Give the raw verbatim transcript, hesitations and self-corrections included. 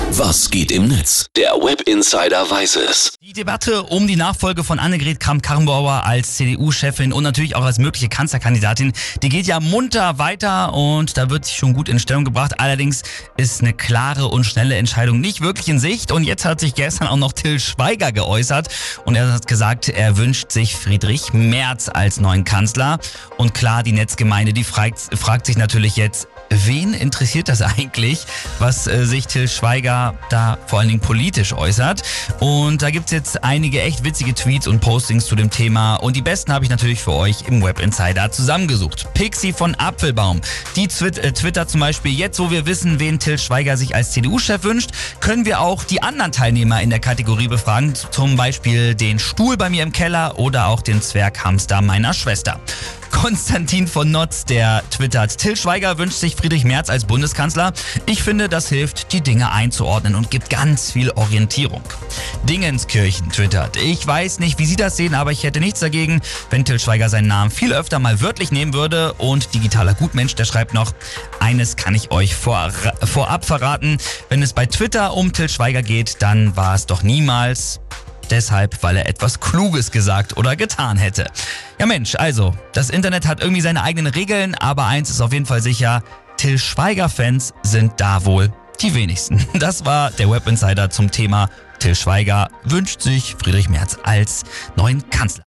Was geht im Netz? Der Web Insider weiß es. Die Debatte um die Nachfolge von Annegret Kramp-Karrenbauer als C D U-Chefin und natürlich auch als mögliche Kanzlerkandidatin, die geht ja munter weiter und da wird sich schon gut in Stellung gebracht. Allerdings ist eine klare und schnelle Entscheidung nicht wirklich in Sicht und jetzt hat sich gestern auch noch Till Schweiger geäußert und er hat gesagt, er wünscht sich Friedrich Merz als neuen Kanzler. Und klar, die Netzgemeinde, die fragt, fragt sich natürlich jetzt, wen interessiert das eigentlich, was äh, sich Till Schweiger da vor allen Dingen politisch äußert? Und da gibt's jetzt einige echt witzige Tweets und Postings zu dem Thema und die besten habe ich natürlich für euch im Web Insider zusammengesucht. Pixie von Apfelbaum, die twit- äh, twittert zum Beispiel, jetzt wo wir wissen, wen Till Schweiger sich als C D U-Chef wünscht, können wir auch die anderen Teilnehmer in der Kategorie befragen, zum Beispiel den Stuhl bei mir im Keller oder auch den Zwerghamster meiner Schwester. Konstantin von Notz, der twittert, Till Schweiger wünscht sich Friedrich Merz als Bundeskanzler. Ich finde, das hilft, die Dinge einzuordnen und gibt ganz viel Orientierung. Dingenskirchen twittert, ich weiß nicht, wie Sie das sehen, aber ich hätte nichts dagegen, wenn Till Schweiger seinen Namen viel öfter mal wörtlich nehmen würde. Und digitaler Gutmensch, der schreibt noch, eines kann ich euch vor, vorab verraten, wenn es bei Twitter um Till Schweiger geht, dann war es doch niemals deshalb, weil er etwas Kluges gesagt oder getan hätte. Ja Mensch, also, das Internet hat irgendwie seine eigenen Regeln, aber eins ist auf jeden Fall sicher, Till Schweiger-Fans sind da wohl die wenigsten. Das war der Web Insider zum Thema Till Schweiger wünscht sich Friedrich Merz als neuen Kanzler.